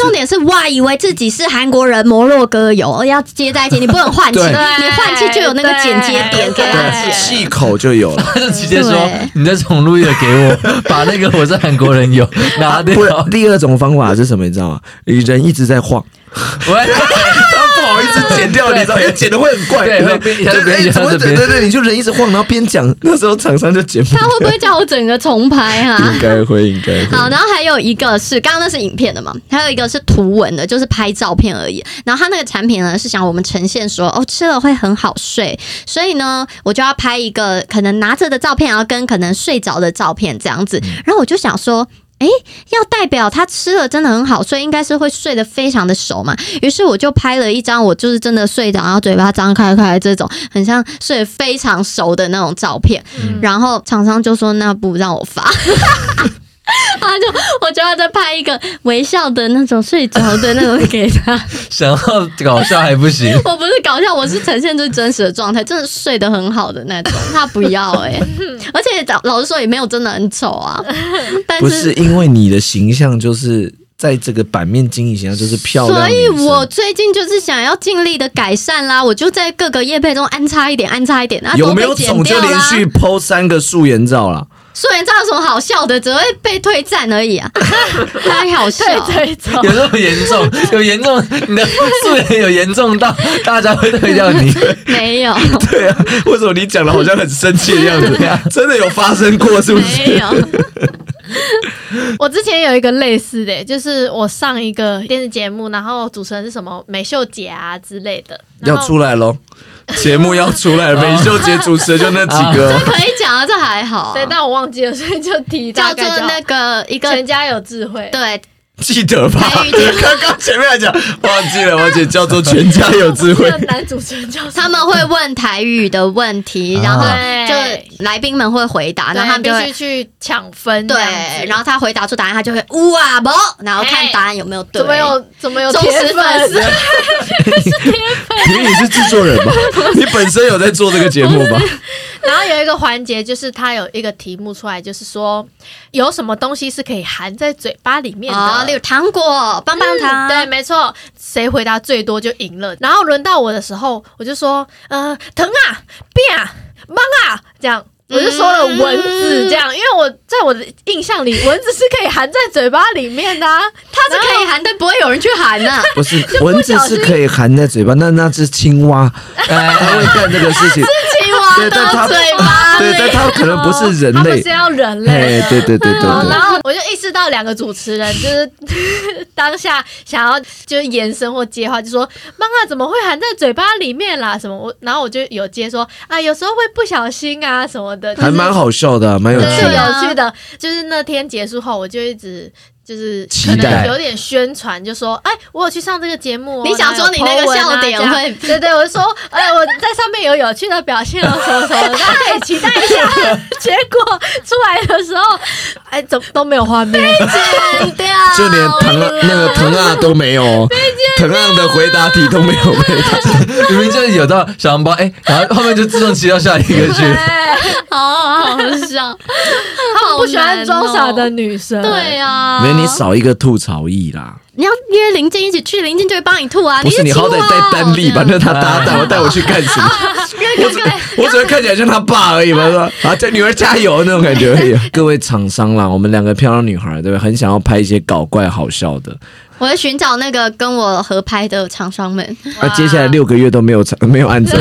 重点是哇，以为自己是韩国人摩洛哥友，要接在一起，你不能换气，你换气就有那个剪接点给他剪， 气口就有了。 他就直接说：“你再重录一个给我，把那个我是韩国人友拿掉。” 第二种方法是什么？你知道吗？人一直在晃。喂，他不好意思剪掉，你知道，因为剪的会很怪， 对，会边边怎么对对对，你就人一直晃，然后边讲，那时候厂商就剪不掉。 他会不会叫我整个重拍啊？ 应该会，应该会。 好，然后还有一个是刚刚那是影片的嘛，还有一个是图文的，就是拍照片而已。然后他那个产品呢是想我们呈现说，哦，吃了会很好睡，所以呢，我就要拍一个可能拿着的照片，然后跟可能睡着的照片这样子。然后我就想说。哎，要代表他吃了真的很好睡，应该是会睡得非常的熟嘛。于是我就拍了一张我就是真的睡着，然后嘴巴张开开这种很像睡得非常熟的那种照片。嗯、然后厂商就说那不让我发。他就我就要再拍一个微笑的那种睡着的那种给他， 想要搞笑还不行。 我不是搞笑，我是呈现最真实的状态，真的睡得很好的那种。他不要哎、欸，而且老实说也没有真的很丑啊。但是不是因为你的形象就是在这个版面经营形象就是漂亮， 所以我最近就是想要尽力的改善啦。我就在各个业配中安插一点，安插一点，啊、 有没有种就连续 po 三个素颜照啦？ 素颜照有什么好笑的？只会被退赞而已啊！太好笑， 退走有那么严重？有严重？你的素颜有严重到大家会退掉你？ 没有。 对啊，为什么你讲的好像很生气的样子？真的有发生过是不是？ 没有。 我之前有一个类似的，就是我上一个电视节目，然后主持人是什么美秀姐啊之类的， 要出来咯。节目要出来了，美秀姐主持的就那几个， 这可以讲啊，这还好。 对，但我忘记了，所以就提叫做那个一个全家有智慧， 对。 记得吧？刚刚前面来讲忘记了，我姐叫做全家有智慧。 男主持人叫他们会问台语的问题，然后就来宾们会回答，然后他们就会必须去抢分。 对，然后他回答出答案，他就会哇不，然后看答案有没有对。 怎么有怎么有忠实粉丝？ 是铁粉。 因为你是制作人吧？你本身有在做这个节目吧？ 然后有一个环节，就是他有一个题目出来，就是说有什么东西是可以含在嘴巴里面的， 哦、例如糖果、棒棒糖、 嗯。对，没错，谁回答最多就赢了。然后轮到我的时候，我就说，呃，疼啊，变啊，忙啊，这样。我就说了蚊子这样，因为我在我的印象里，蚊子是可以含在嘴巴里面的、啊， 它是可以含，但不会有人去含呐、啊。 不是，蚊子是可以含在嘴巴，那那是青蛙，他会干这个事情。 是青蛙的嘴巴， 对，但它可能不是人类， 它不是要人类。 对对对对对。 然后我就意识到两个主持人就是当下想要就是延伸或接话，就说妈妈怎么会含在嘴巴里面啦？什么我，然后我就有接说啊，有时候会不小心啊什么的。 还蛮好笑的、啊，蛮有趣的。 有趣的，就是那天结束后，我就一直就是可能有点宣传，就说：“哎，我有去上这个节目、哦。” 你想说你那个笑点会？ 对对，我就说：“哎，我在上面有有趣的表现哦，什么什么的，大家可以期待一下。”结果出来的时候，哎，怎么都没有画面， 被剪掉， 就连藤那个藤啊都没有，藤啊的回答题都没有被答， 明明就是有到小笼包，哎，然后后面就自动切到下一个去。 好好笑， 他们不喜欢装傻的女生。 对啊， 没有你少一个吐槽艺啦。 你要约林静一起去，林静就会帮你吐啊。 不是，你好歹带丹丽吧，那是他搭档，我带我去干什么？我只我只会看起来像他爸而已嘛，说啊，叫女儿加油那种感觉而已。各位厂商啦，我们两个漂亮女孩，对不对？很想要拍一些搞怪好笑的。 我会寻找那个跟我合拍的厂商们。 那、啊、接下来六个月都没有没有案子。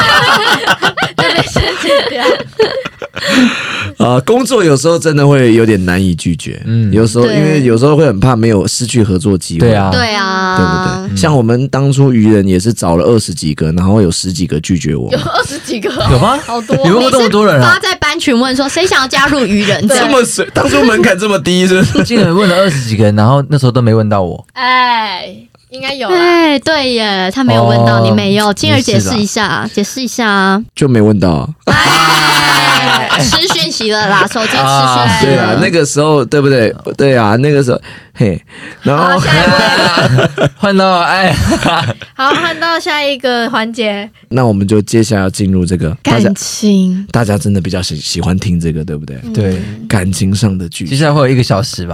啊，工作有时候真的会有点难以拒绝，嗯，有时候因为有时候会很怕没有失去合作机会， 对啊， 对啊， 对不对？嗯、像我们当初愚人也是找了二十几个，然后有十几个拒绝我， 有二十几个， 有吗？ 好多， 你问过这么多人啊？ 发在班群问说谁想要加入愚人， 这么水，当初门槛这么低，是不是？ 竟然问了二十几个人，然后那时候都没问到我， 哎。应该有啦， 哎，对耶，他没有问到，哦、你没有，金儿解释一下，解释一下啊， 就没问到、啊， 哎，吃讯息了啦，手机吃讯息、啊， 对啊，那个时候对不对？对啊，那个时候，嘿，然后下一位换到哎， 好，换到下一个环节， 那我们就接下来要进入这个感情， 大家真的比较喜喜欢听这个，对不对？ 对， 感情上的剧， 接下来会有一个小时吧。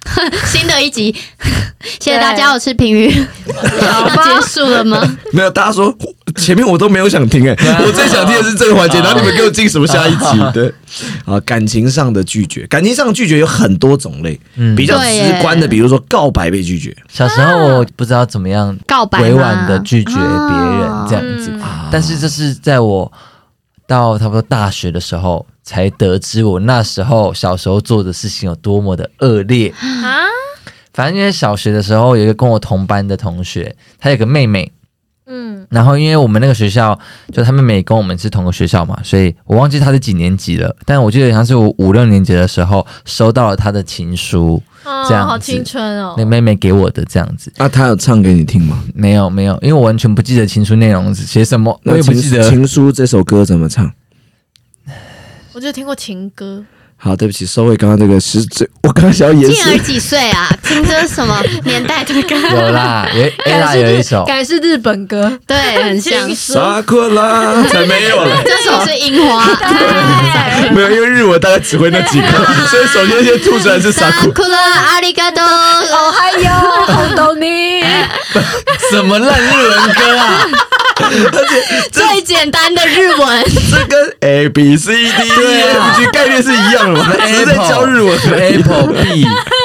新的一集，谢谢大家，我是平鱼，要结束了吗？ 没有，大家说前面我都没有想听哎、欸，我最想听的是这个环节，然后你们给我进什么下一集？对，啊，感情上的拒绝，感情上的拒绝有很多种类，嗯，比较直观的，比如说告白被拒绝。 小时候我不知道怎么样告白委婉的拒绝别人这样子，啊、但是这是在我到差不多大学的时候才得知，我那时候小时候做的事情有多么的恶劣啊！反正因为小学的时候有一个跟我同班的同学，他有个妹妹。嗯，然后因为我们那个学校，就他妹妹跟我们是同个学校嘛，所以我忘记他是几年级了，但我记得好像是我五六年级的时候收到了他的情书，哦、这样子， 好青春哦。 那妹妹给我的这样子， 那、啊、他有唱给你听吗？ 没有，没有，因为我完全不记得情书内容写什么，我也不记得情书这首歌怎么唱。 我就听过情歌。 好，对不起，收回刚刚这个是最，我刚刚想要延静儿几岁啊？听这什么年代的歌？ 有啦，有 A 啦有一首， 感觉是日本歌， 对，很像。 萨库拉才没有了， 这首是樱花， 没有，因为日文大概只会那几个，所以首先先吐出来是萨库拉，阿里嘎多， 哦嗨哟，红豆泥， 什么烂日文歌啊？ 而且最简单的日文， 这跟 A B C D E F G 概念是一样的嘛？只是在教日文 ，Apple B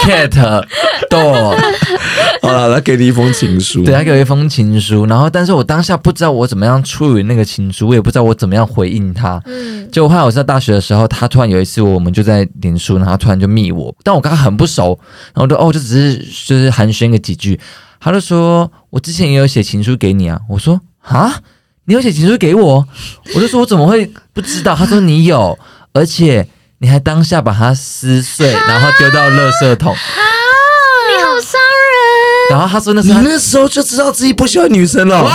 Cat Door。 好了，他给你一封情书， 对，他给我一封情书，然后但是我当下不知道我怎么样处理那个情书，我也不知道我怎么样回应他。嗯，结果后来我在大学的时候，他突然有一次我们就在脸书，然后他突然就密我，但我跟他很不熟，然后就哦就只是就是寒暄个几句，他就说我之前也有写情书给你啊，我说。啊！你有写情书给我，我就说我怎么会不知道？他说你有，而且你还当下把它撕碎，然后丢到垃圾桶。啊！ 你好伤人。 然后他说那时候你那时候就知道自己不喜欢女生了。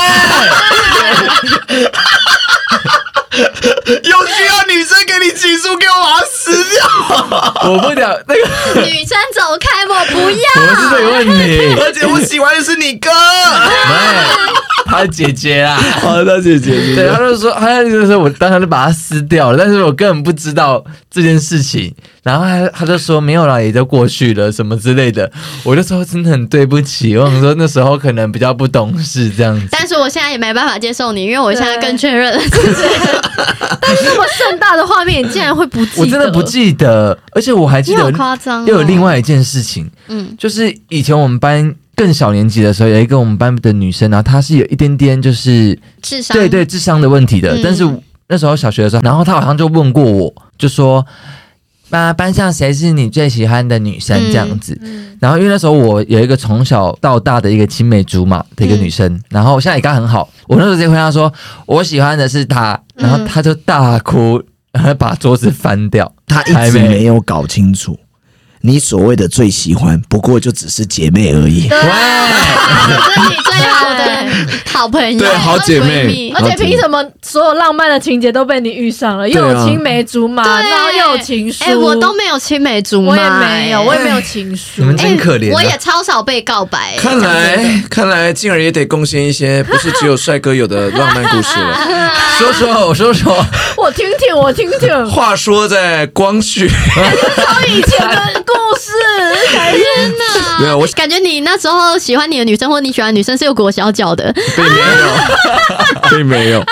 有需要女生给你情书，给我把它撕掉。 我不了那个女生走开，我不要。 不是这个问题， 而且我喜欢的是你哥。 他姐姐啦， 哦，他姐姐， 对，他就说，他就说我当时就把它撕掉了，但是我根本不知道这件事情，然后他他就说没有啦，也就过去了什么之类的，我就说真的很对不起，我想说那时候可能比较不懂事这样子， 但是我现在也没办法接受你，因为我现在更确认了， 但是这么盛大的画面，你竟然会不记得？ 我真的不记得，而且我还记得， 好夸张哦， 又有另外一件事情，嗯，就是以前我们班。更小年级的时候，有一个我们班的女生，然后她是有一点点就是智商， 对对智商的问题的。嗯、但是那时候小学的时候，然后她好像就问过我，就说班班上谁是你最喜欢的女生这样子。嗯、然后因为那时候我有一个从小到大的一个青梅竹马的一个女生，嗯、然后现在也刚很好，我那时候直接回答说我喜欢的是她，然后她就大哭，然后把桌子翻掉。 她一直没有搞清楚。你所谓的最喜欢，不过就只是姐妹而已。 对，这是你最好的好朋友， 对，好姐妹。 而且凭什么所有浪漫的情节都被你遇上了？又有青梅竹马，然后又有情书。 哎、欸，我都没有青梅竹马， 我也没有，我也没有情书。 你们真可怜、啊欸。我也超少被告白。 看来，看来静儿也得贡献一些，不是只有帅哥有的浪漫故事了。 说说，我说说， 我听听，我听听。 话说在光绪， 超以前的故事。 天哪！ 没有，我感觉你那时候喜欢你的女生，或你喜欢的女生是有裹小脚的， 并没有，并没有。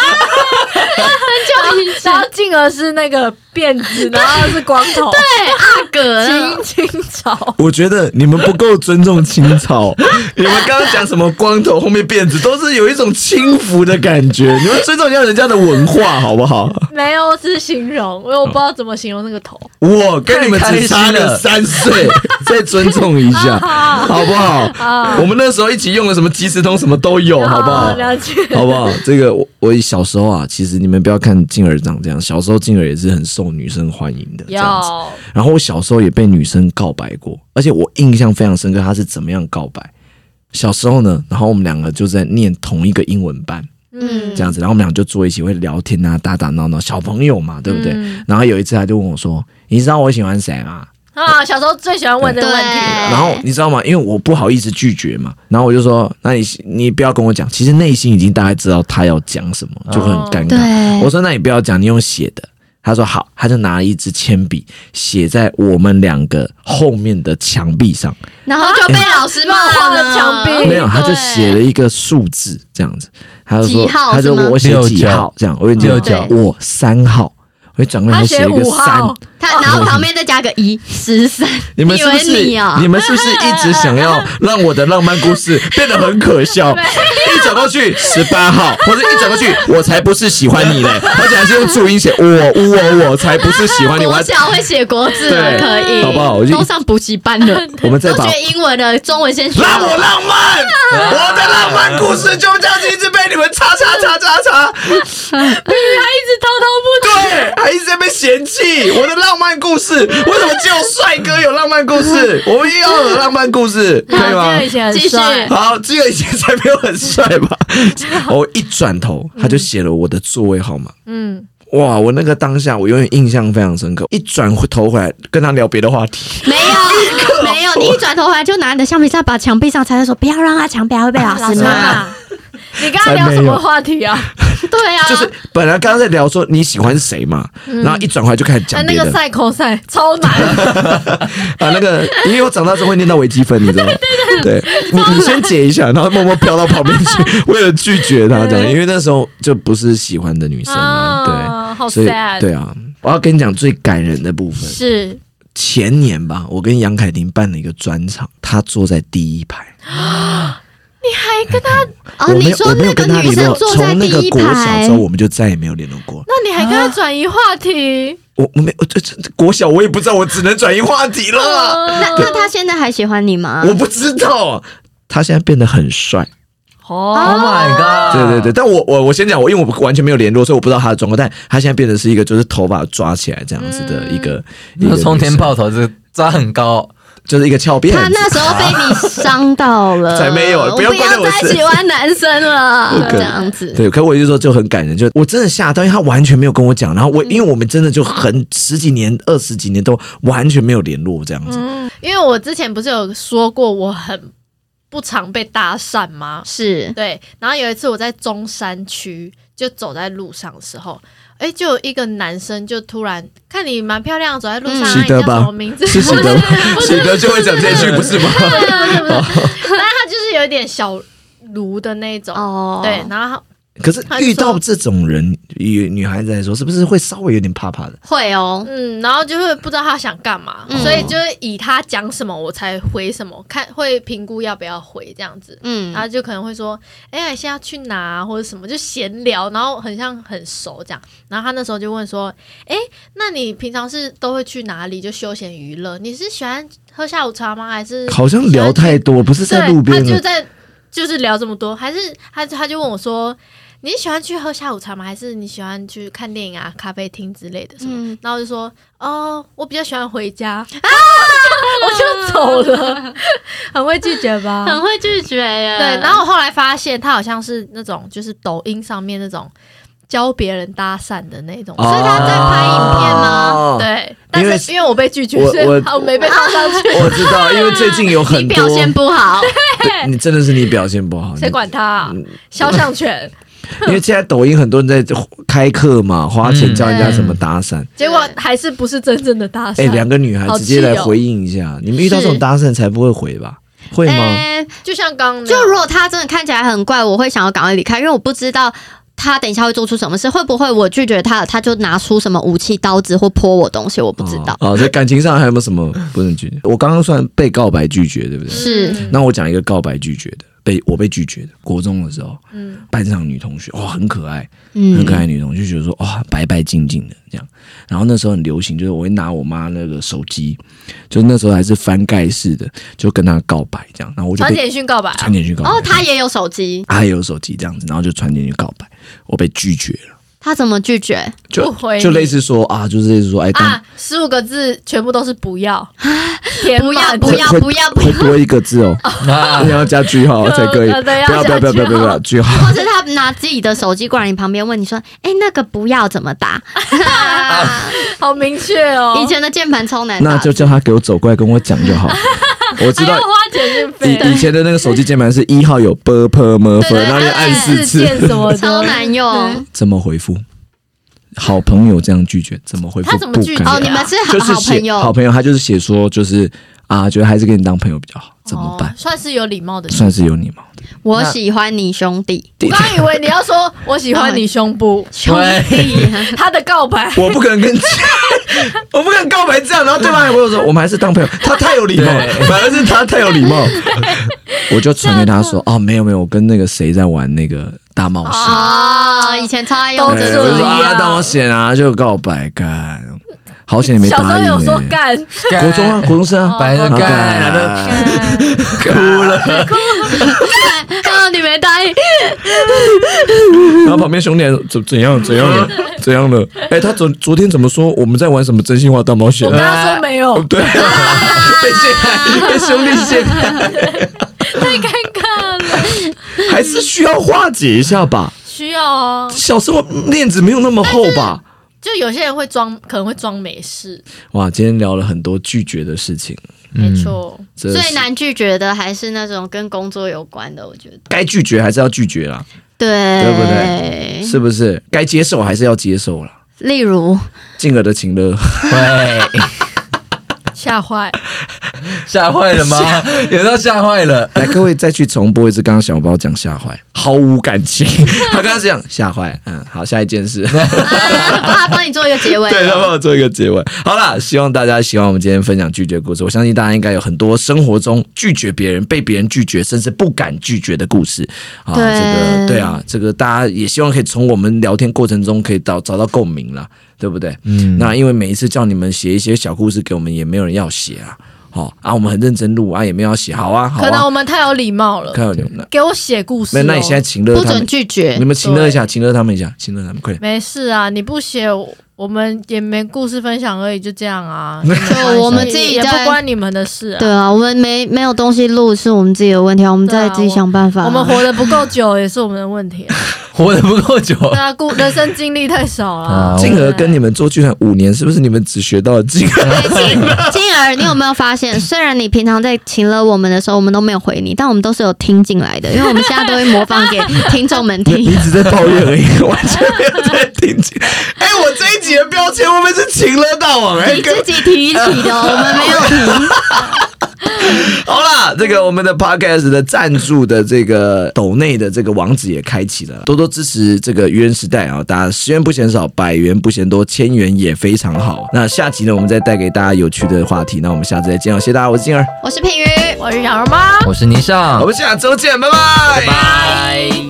然后进而是那个辫子，然后是光头， 对，阿哥清清朝。 我觉得你们不够尊重清朝。你们刚刚讲什么光头后面辫子，都是有一种轻浮的感觉。你们尊重一下人家的文化好不好？ 没有，只是形容，因为我不知道怎么形容那个头。 我跟你们只差了三岁，再尊重一下，好不好？我们那时候一起用的什么即时通，什么都有，好不好？ 了解， 好不好？这个我我小时候啊，其实你们不要看静儿长这样，小时候静儿也是很受女生欢迎的这样子。然后我小时候也被女生告白过，而且我印象非常深刻，她是怎么样告白。小时候呢，然后我们两个就在念同一个英文班，嗯，这样子，然后我们俩就坐一起会聊天啊，打打闹闹，小朋友嘛，对不对？嗯、然后有一次他就问我说：“你知道我喜欢谁吗？” 啊，小时候最喜欢问这个问题。 然后你知道吗？因为我不好意思拒绝嘛，然后我就说：“那你你不要跟我讲。”其实内心已经大概知道他要讲什么，就会很尴尬。哦、我说：“那你不要讲，你用写的。” 他说好，他就拿了一支铅笔写在我们两个后面的墙壁上， 然后就被老师骂了。 墙壁没有，他就写了一个数字这样子，他就说，他就我写几号这样，我跟你讲，我三号。我转过来写一个三， 他然后旁边再加个一十三。 你们是不是你、啊、你们是不是一直想要让我的浪漫故事变得很可笑？一转过去十八号，或者一转过去我才不是喜欢你嘞，而且还是用注音写我我我我才不是喜欢你。 我小会写国字了，可以， 好不好？我就都上补习班了， 我们再把学英文的、中文先学。 让我浪漫，我的浪漫故事就这样子一直被你们叉叉叉叉叉， 明明还一直滔滔不绝，对，还一直在被嫌弃我的浪漫故事。为什么只有帅哥有浪漫故事？我们也要有浪漫故事，可以吗？ 继续。 好，只有以前才没有很帅吧？我一转头，他就写了我的座位号码。嗯，哇，我那个当下，我永远印象非常深刻。一转头回来跟他聊别的话题， 没有，没有。你一转头回来就拿你的橡皮擦把墙壁上擦，说不要让他墙壁会被老师骂。 你刚刚聊什么话题啊？ 对啊， 就是本来刚刚在聊说你喜欢谁嘛，嗯、然后一转回来就开始讲别的。 那个赛口赛超难啊！那个因为我长大之后会念到微积分，你知道吗？对对对，你你先解一下，然后默默飘到旁边去，为了拒绝他这样，因为那时候就不是喜欢的女生嘛，对， 哦、好 sad 所以对啊，我要跟你讲最感人的部分是前年吧，我跟杨凯婷办了一个专场，她坐在第一排。 你还跟他哦？你说那个女生坐在第一排，从那个国小之后我们就再也没有联络过。 那你还跟他转移话题？啊、 我我没我这国小我也不知道，我只能转移话题了。 呃、那那他现在还喜欢你吗？ 我不知道，他现在变得很帅。 Oh my god！ 对对对，但我我我先讲，我因为我完全没有联络，所以我不知道他的状况。但他现在变得是一个就是头发抓起来这样子的一个， 那、嗯、冲天炮头，这抓很高。 就是一个翘辫子， 他那时候被你伤到了， 才没有，不要怪我再喜欢男生了，这样子。 对，可我就说就很感人，就我真的吓到，因为他完全没有跟我讲，然后我、嗯、因为我们真的就很十几年、二十几年都完全没有联络这样子。 嗯，因为我之前不是有说过我很不常被搭讪吗？ 是对， 然后有一次我在中山区就走在路上的时候。哎，就有一个男生就突然看你蛮漂亮，走在路上， 喜德吧？ 你叫什么名字？ 是喜德，喜德就会讲这句，不是吗？ 不是不是不是，但他就是有一点小卢的那种，哦，对，然后。 可是遇到这种人，女女孩子来说，是不是会稍微有点怕怕的？ 会哦， 嗯，然后就会不知道他想干嘛，嗯、所以就是以他讲什么我才回什么，看会评估要不要回这样子，嗯，然后就可能会说，哎、欸，你现在要去哪、啊、或者什么，就闲聊，然后很像很熟这样。然后他那时候就问说，哎、欸，那你平常是都会去哪里？就休闲娱乐？你是喜欢喝下午茶吗？还是好像聊太多，不是在路边， 他就在就是聊这么多，还是他他就问我说。你喜欢去喝下午茶吗？还是你喜欢去看电影啊、咖啡厅之类的什么？嗯、然后我就说，哦，我比较喜欢回家，啊、我就走了，很会拒绝吧？ 很会拒绝耶。 对，然后我后来发现他好像是那种，就是抖音上面那种教别人搭讪的那种， 所以他在拍影片吗？ 哦、对，但是因为我被拒绝，所以我没被放上去。 我知道，因为最近有很多你表现不好， 你真的是你表现不好， 谁管他、啊？肖像权。 因为现在抖音很多人在开课嘛，花钱教人家怎么搭讪、嗯， 结果还是不是真正的搭讪。 哎、欸，两个女孩直接来回应一下，哦、你们遇到这种搭讪才不会回吧？会吗？ 欸、 就像刚， 就如果他真的看起来很怪，我会想要赶快离开，因为我不知道他等一下会做出什么事，会不会我拒绝他，他就拿出什么武器、刀子或泼我东西，我不知道。 哦，在感情上还有没有什么不能拒绝？我刚刚算被告白拒绝，对不对？ 是。 那我讲一个告白拒绝的。被我被拒绝的，国中的时候，嗯，班上女同学哇、哦、很可爱，嗯，很可爱的女同学，就觉得说哇、哦、白白净净的这样。然后那时候很流行，就是我会拿我妈那个手机，就那时候还是翻盖式的，就跟她告白这样。然后我就传简讯告白， 传简讯告白。 哦，她也有手机， 她也有手机这样子，然后就传简讯告白，我被拒绝了。 他怎么拒绝？ 就就类似说啊，就是类似说，哎啊，十五个字全部都是不要， 不要不要不要， 会多一个字哦，你要加句号才可以，不要不要不要不要不要句号。 或是他拿自己的手机过来你旁边问你说，哎，那个不要怎么打？ 好明确哦， 以前的键盘超难打， 那就叫他给我走过来跟我讲就好。我知道花简讯费。 以以前的那个手机键盘是一号有 b p m f， 然后要按四次， 超难用。 怎么回复？ 好朋友这样拒绝，怎么会不他怎么拒绝？ 哦，你们是好好朋友， 好朋友，他就是写说就是啊，觉得还是跟你当朋友比较好，怎么办？ 哦、算是有礼貌的， 算是有礼貌的。 我喜欢你兄弟， 我刚以为你要说我喜欢你胸部， 兄弟， 他的告白， 我不可能跟你，我不可能告白这样，然后对方还会说我们还是当朋友，他太有礼貌了，反而是他太有礼貌，我就传给他说哦，没有没有，我跟那个谁在玩那个大冒险啊、哦，以前超爱用这种，我就说啊大冒险啊，就告白干。好险你没答应、欸。 小时候有说干， 国中啊，国中生啊， 白的干，哭了， 哭了，然后你没答应， 然后旁边兄弟怎怎样怎样的怎样的？哎、欸，他昨昨天怎么说我们在玩什么真心话大冒险？ 我跟他说没有， 对，被陷害，被兄弟陷害， 太尴尬了， 还是需要化解一下吧。 需要啊， 小时候链子没有那么厚吧。 就有些人会装，可能会装没事。 哇，今天聊了很多拒绝的事情， 没错。 最难拒绝的还是那种跟工作有关的，我觉得该拒绝还是要拒绝啦， 对， 对不对？是不是？该接受还是要接受啦。 例如， 静儿的情勒， 对， 吓坏， 吓坏了吗？有到吓坏了。 来，各位再去重播一次，刚刚小包讲吓坏，毫无感情。他刚刚讲吓坏，嗯，好，下一件事， 啊、他帮你做一个结尾， 对，他帮我做一个结尾。好啦，希望大家喜欢我们今天分享拒绝故事。我相信大家应该有很多生活中拒绝别人、被别人拒绝，甚至不敢拒绝的故事啊。 对， 这个对啊，这个大家也希望可以从我们聊天过程中可以找找到共鸣啦，对不对？嗯，那因为每一次叫你们写一些小故事给我们，也没有人要写啊。好啊，我们很认真录啊，也没有要写，好啊，好啊。 可能我们太有礼貌了， 太有礼貌了， 给我写故事、哦。 那你现在请乐他们， 不准拒绝， 你们请乐一下，请乐他们一下，请乐他们，快点。 没事啊，你不写，我们也没故事分享而已，就这样啊。 就我们自己也不关你们的事啊。 对啊，我们没没有东西录是我们自己的问题啊，我们再自己想办法、啊我。我们活得不够久也是我们的问题、啊。 活得不够久， 对啊，人生经历太少了。 静儿跟你们做剧团五年，是不是你们只学到了静儿？ 静儿，你有没有发现，虽然你平常在请了我们的时候，我们都没有回你，但我们都是有听进来的，因为我们现在都会模仿给听众们听。 你只在抱怨而已，完全没有在听进。哎、欸，我这一集的标签会不会是请了大王？哎， 你自己提起的，我们没有提。 好啦，这个我们的 podcast 的赞助的这个抖内的这个网址也开启了，多多支持这个愚人时代啊！大家十元不嫌少，百元不嫌多，千元也非常好。那下集呢，我们再带给大家有趣的话题。那我们下次再见哦，谢谢大家，我是静儿， 我是品瑜， 我是小儿妈， 我是倪尚， 我们下周见，拜拜， 拜拜。